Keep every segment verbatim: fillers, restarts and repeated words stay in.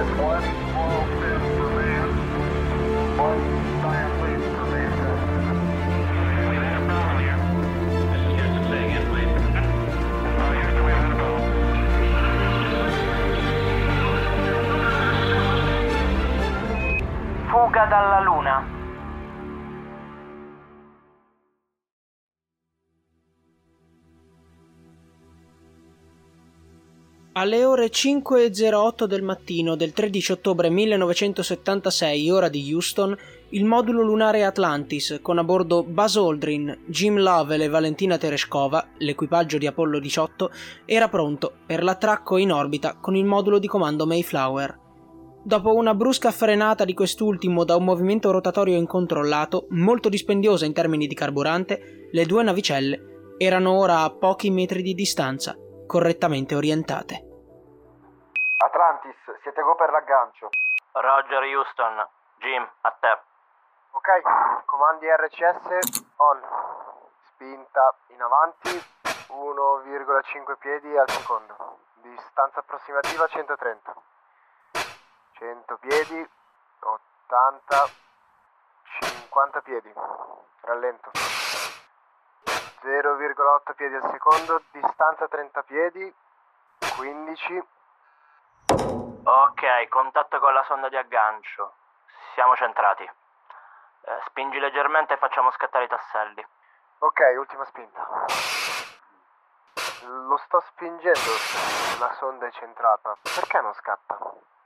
Fuga dalla Luna. Alle ore cinque e zero otto del mattino del tredici ottobre millenovecentosettantasei, ora di Houston, il modulo lunare Atlantis, con a bordo Buzz Aldrin, Jim Lovell e Valentina Tereshkova, l'equipaggio di Apollo diciotto, era pronto per l'attracco in orbita con il modulo di comando Mayflower. Dopo una brusca frenata di quest'ultimo da un movimento rotatorio incontrollato, molto dispendiosa in termini di carburante, le due navicelle erano ora a pochi metri di distanza, correttamente orientate. Atlantis, siete go per l'aggancio. Roger Houston, Jim, a te. Ok, comandi R C S on. Spinta in avanti, uno virgola cinque piedi al secondo. Distanza approssimativa centotrenta. cento piedi, ottanta, cinquanta piedi. Rallento. zero virgola otto piedi al secondo, distanza trenta piedi, quindici. Ok, contatto con la sonda di aggancio. Siamo centrati. Eh, spingi leggermente e facciamo scattare i tasselli. Ok, ultima spinta. Lo sto spingendo, la sonda è centrata. Perché non scatta?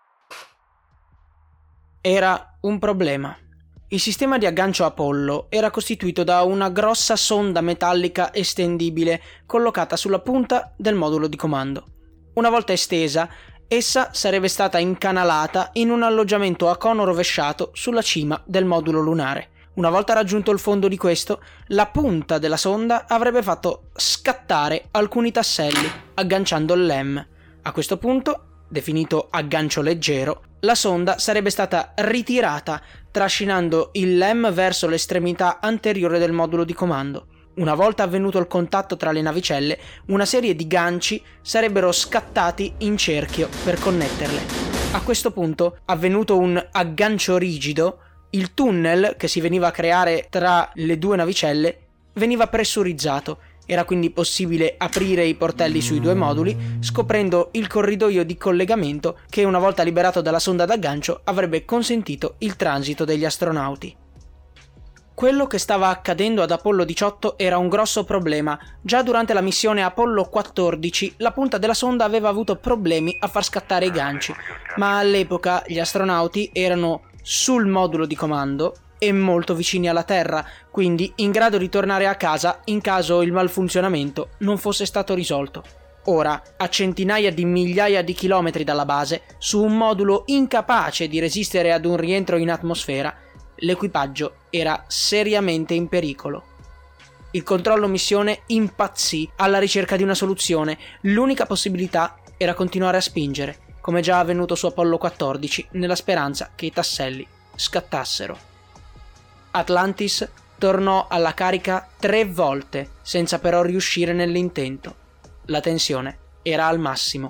Era un problema. Il sistema di aggancio Apollo era costituito da una grossa sonda metallica estendibile collocata sulla punta del modulo di comando. Una volta estesa, essa sarebbe stata incanalata in un alloggiamento a cono rovesciato sulla cima del modulo lunare. Una volta raggiunto il fondo di questo, la punta della sonda avrebbe fatto scattare alcuni tasselli, agganciando il L E M. A questo punto, definito aggancio leggero, la sonda sarebbe stata ritirata, trascinando il L E M verso l'estremità anteriore del modulo di comando. Una volta avvenuto il contatto tra le navicelle, una serie di ganci sarebbero scattati in cerchio per connetterle. A questo punto, avvenuto un aggancio rigido, il tunnel che si veniva a creare tra le due navicelle veniva pressurizzato. Era quindi possibile aprire i portelli sui due moduli, scoprendo il corridoio di collegamento che, una volta liberato dalla sonda d'aggancio, avrebbe consentito il transito degli astronauti. Quello che stava accadendo ad Apollo diciotto era un grosso problema. Già durante la missione Apollo quattordici la punta della sonda aveva avuto problemi a far scattare i ganci, ma all'epoca gli astronauti erano sul modulo di comando e molto vicini alla Terra, quindi in grado di tornare a casa in caso il malfunzionamento non fosse stato risolto. Ora, a centinaia di migliaia di chilometri dalla base, su un modulo incapace di resistere ad un rientro in atmosfera, l'equipaggio era seriamente in pericolo. Il controllo missione impazzì alla ricerca di una soluzione. L'unica possibilità era continuare a spingere, come già avvenuto su Apollo quattordici, nella speranza che i tasselli scattassero. Atlantis tornò alla carica tre volte, senza però riuscire nell'intento. La tensione era al massimo.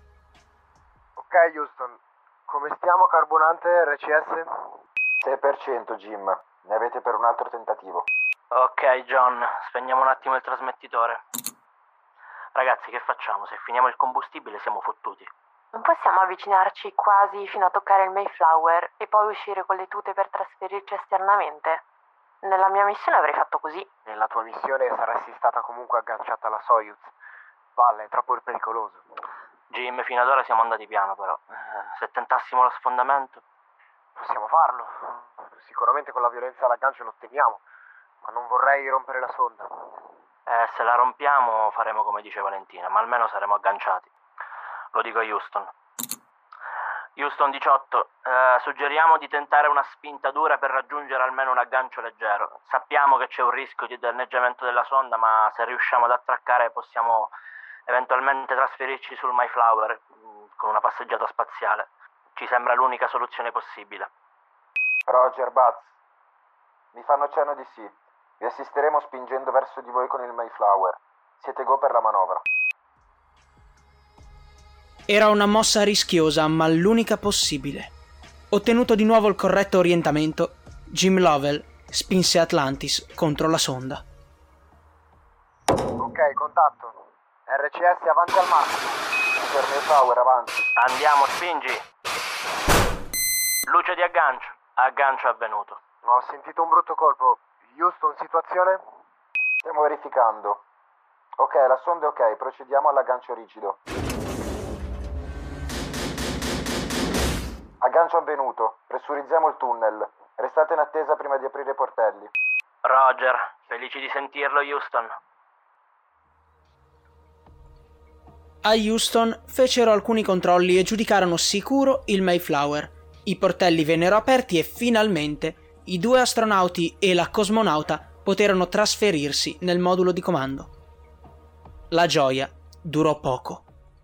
Ok Houston, come stiamo carburante R C S? sei per cento Jim, ne avete per un altro tentativo. Ok John, spegniamo un attimo il trasmettitore. Ragazzi, che facciamo? Se finiamo il combustibile siamo fottuti. Non possiamo avvicinarci quasi fino a toccare il Mayflower e poi uscire con le tute per trasferirci esternamente? Nella mia missione avrei fatto così. Nella tua missione saresti stata comunque agganciata alla Soyuz. Valle, è troppo pericoloso. Jim, fino ad ora siamo andati piano però. Se tentassimo lo sfondamento... Possiamo farlo. Sicuramente con la violenza all'aggancio lo otteniamo, ma non vorrei rompere la sonda. Eh, se la rompiamo faremo come dice Valentina, ma almeno saremo agganciati. Lo dico a Houston. Houston diciotto, eh, suggeriamo di tentare una spinta dura per raggiungere almeno un aggancio leggero. Sappiamo che c'è un rischio di danneggiamento della sonda, ma se riusciamo ad attraccare possiamo eventualmente trasferirci sul Mayflower con una passeggiata spaziale. Ci sembra l'unica soluzione possibile. Roger, Buzz, mi fanno cenno di sì. Vi assisteremo spingendo verso di voi con il Mayflower. Siete go per la manovra. Era una mossa rischiosa, ma l'unica possibile. Ottenuto di nuovo il corretto orientamento, Jim Lovell spinse Atlantis contro la sonda. Ok, contatto. R C S avanti al massimo. Per Mayflower avanti. Andiamo, spingi. Luce di aggancio. Aggancio avvenuto. Ho sentito un brutto colpo. Houston, situazione? Stiamo verificando. Ok, la sonda è ok, procediamo all'aggancio rigido. Aggancio avvenuto. Pressurizziamo il tunnel. Restate in attesa prima di aprire i portelli. Roger, felici di sentirlo, Houston. A Houston fecero alcuni controlli e giudicarono sicuro il Mayflower. I portelli vennero aperti e finalmente i due astronauti e la cosmonauta poterono trasferirsi nel modulo di comando. La gioia durò poco.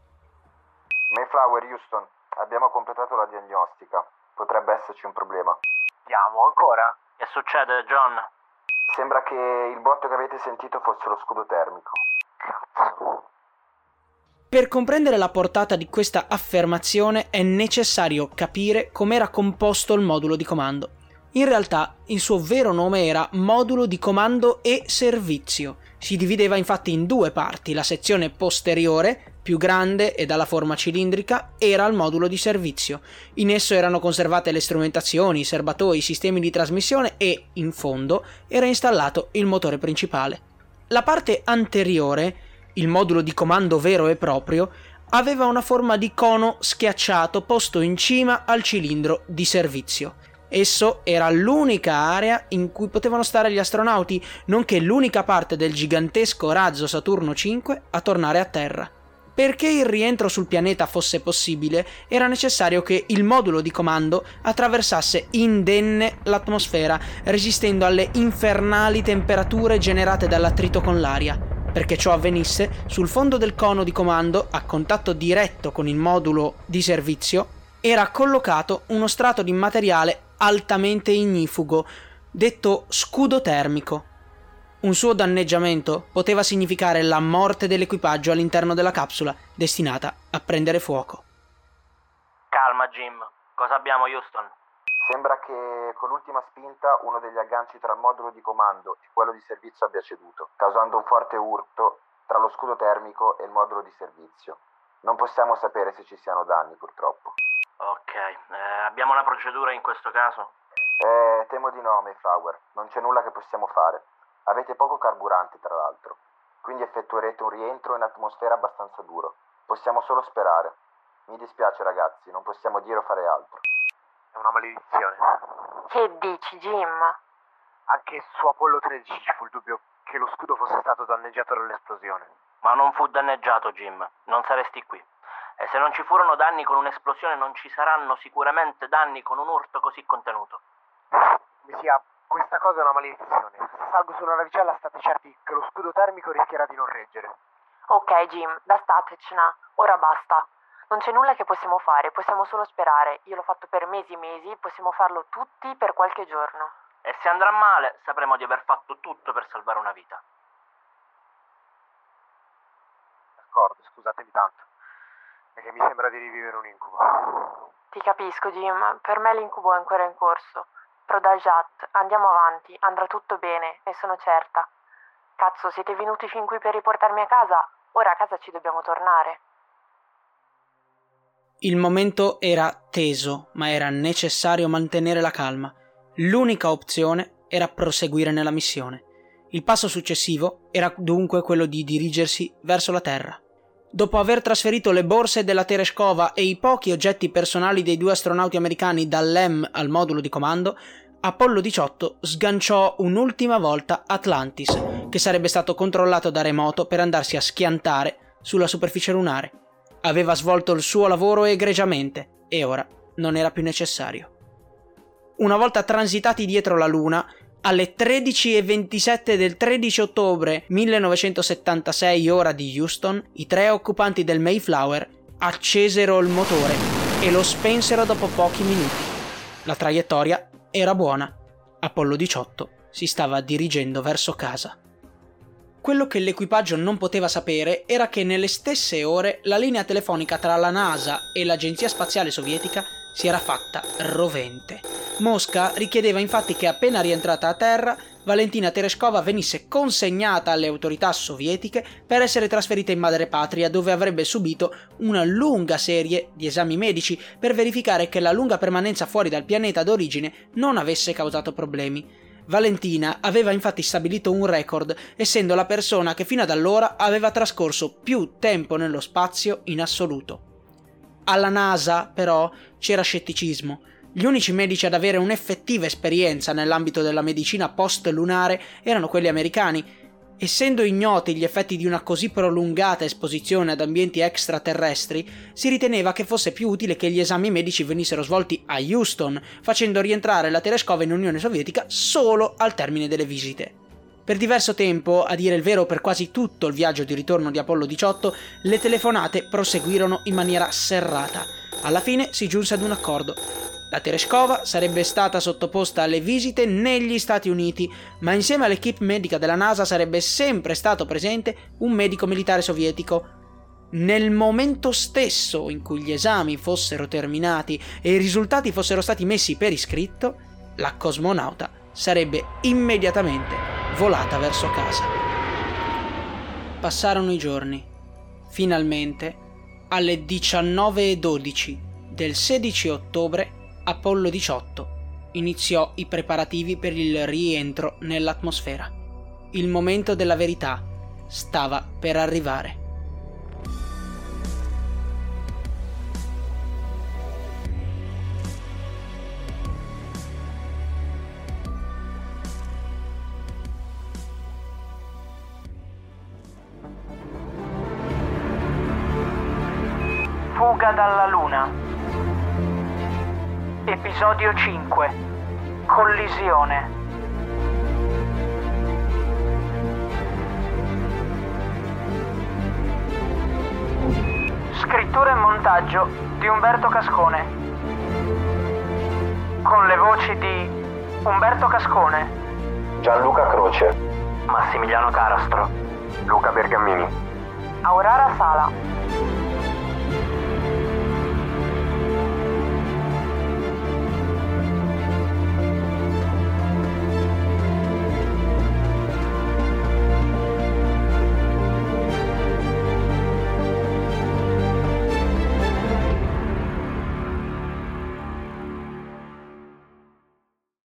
Mayflower, Houston, abbiamo completato la diagnostica. Potrebbe esserci un problema. Andiamo ancora? Che succede, John? Sembra che il botto che avete sentito fosse lo scudo termico. Cazzo. Per comprendere la portata di questa affermazione è necessario capire com'era composto il modulo di comando. In realtà il suo vero nome era modulo di comando e servizio. Si divideva infatti in due parti. La sezione posteriore, più grande e dalla forma cilindrica, era il modulo di servizio. In esso erano conservate le strumentazioni, i serbatoi, i sistemi di trasmissione e, in fondo, era installato il motore principale. La parte anteriore, il modulo di comando vero e proprio, aveva una forma di cono schiacciato posto in cima al cilindro di servizio. Esso era l'unica area in cui potevano stare gli astronauti, nonché l'unica parte del gigantesco razzo Saturno cinque a tornare a Terra. Perché il rientro sul pianeta fosse possibile, era necessario che il modulo di comando attraversasse indenne l'atmosfera, resistendo alle infernali temperature generate dall'attrito con l'aria. Perché ciò avvenisse, sul fondo del cono di comando, a contatto diretto con il modulo di servizio, era collocato uno strato di materiale altamente ignifugo, detto scudo termico. Un suo danneggiamento poteva significare la morte dell'equipaggio all'interno della capsula, destinata a prendere fuoco. Calma, Jim. Cosa abbiamo, Houston? Sembra che con l'ultima spinta uno degli agganci tra il modulo di comando e quello di servizio abbia ceduto, causando un forte urto tra lo scudo termico e il modulo di servizio. Non possiamo sapere se ci siano danni, purtroppo. Ok, eh, abbiamo una procedura in questo caso? Eh, temo di no, Mayflower. Non c'è nulla che possiamo fare. Avete poco carburante, tra l'altro. Quindi effettuerete un rientro in atmosfera abbastanza duro. Possiamo solo sperare. Mi dispiace, ragazzi, non possiamo dire o fare altro. È una maledizione. Che dici, Jim? Anche su Apollo tredici ci fu il dubbio che lo scudo fosse stato danneggiato dall'esplosione. Ma non fu danneggiato, Jim. Non saresti qui. E se non ci furono danni con un'esplosione, non ci saranno sicuramente danni con un urto così contenuto. Mi sia, questa cosa è una maledizione. Se salgo su una navicella state certi che lo scudo termico rischierà di non reggere. Ok, Jim, da statecena. Ora basta. Non c'è nulla che possiamo fare, possiamo solo sperare. Io l'ho fatto per mesi e mesi, possiamo farlo tutti per qualche giorno. E se andrà male, sapremo di aver fatto tutto per salvare una vita. D'accordo, scusatemi tanto. È che mi sembra di rivivere un incubo. Ti capisco, Jim. Per me l'incubo è ancora in corso. Prodajat, andiamo avanti, andrà tutto bene, ne sono certa. Cazzo, siete venuti fin qui per riportarmi a casa? Ora a casa ci dobbiamo tornare. Il momento era teso, ma era necessario mantenere la calma. L'unica opzione era proseguire nella missione. Il passo successivo era dunque quello di dirigersi verso la Terra. Dopo aver trasferito le borse della Tereshkova e i pochi oggetti personali dei due astronauti americani dall'E M al modulo di comando, Apollo diciotto sganciò un'ultima volta Atlantis, che sarebbe stato controllato da remoto per andarsi a schiantare sulla superficie lunare. Aveva svolto il suo lavoro egregiamente e ora non era più necessario. Una volta transitati dietro la Luna, alle tredici e ventisette del tredici ottobre millenovecentosettantasei ora di Houston, i tre occupanti del Mayflower accesero il motore e lo spensero dopo pochi minuti. La traiettoria era buona. Apollo diciotto si stava dirigendo verso casa. Quello che l'equipaggio non poteva sapere era che nelle stesse ore la linea telefonica tra la NASA e l'Agenzia Spaziale Sovietica si era fatta rovente. Mosca richiedeva infatti che appena rientrata a terra Valentina Tereshkova venisse consegnata alle autorità sovietiche per essere trasferita in madrepatria, dove avrebbe subito una lunga serie di esami medici per verificare che la lunga permanenza fuori dal pianeta d'origine non avesse causato problemi. Valentina aveva infatti stabilito un record, essendo la persona che fino ad allora aveva trascorso più tempo nello spazio in assoluto. Alla NASA, però, c'era scetticismo. Gli unici medici ad avere un'effettiva esperienza nell'ambito della medicina post-lunare erano quelli americani. Essendo ignoti gli effetti di una così prolungata esposizione ad ambienti extraterrestri, si riteneva che fosse più utile che gli esami medici venissero svolti a Houston, facendo rientrare la Tereshkova in Unione Sovietica solo al termine delle visite. Per diverso tempo, a dire il vero per quasi tutto il viaggio di ritorno di Apollo diciotto, le telefonate proseguirono in maniera serrata. Alla fine si giunse ad un accordo. La Tereshkova sarebbe stata sottoposta alle visite negli Stati Uniti, ma insieme all'equipe medica della NASA sarebbe sempre stato presente un medico militare sovietico. Nel momento stesso in cui gli esami fossero terminati e i risultati fossero stati messi per iscritto, la cosmonauta sarebbe immediatamente volata verso casa. Passarono i giorni. Finalmente, alle diciannove e dodici del sedici ottobre, Apollo diciotto iniziò i preparativi per il rientro nell'atmosfera. Il momento della verità stava per arrivare. Fuga dalla Luna. Episodio cinque. Collisione. Scrittura e montaggio di Umberto Cascone. Con le voci di Umberto Cascone, Gianluca Croce, Massimiliano Carastro, Luca Bergamini, Aurora Sala.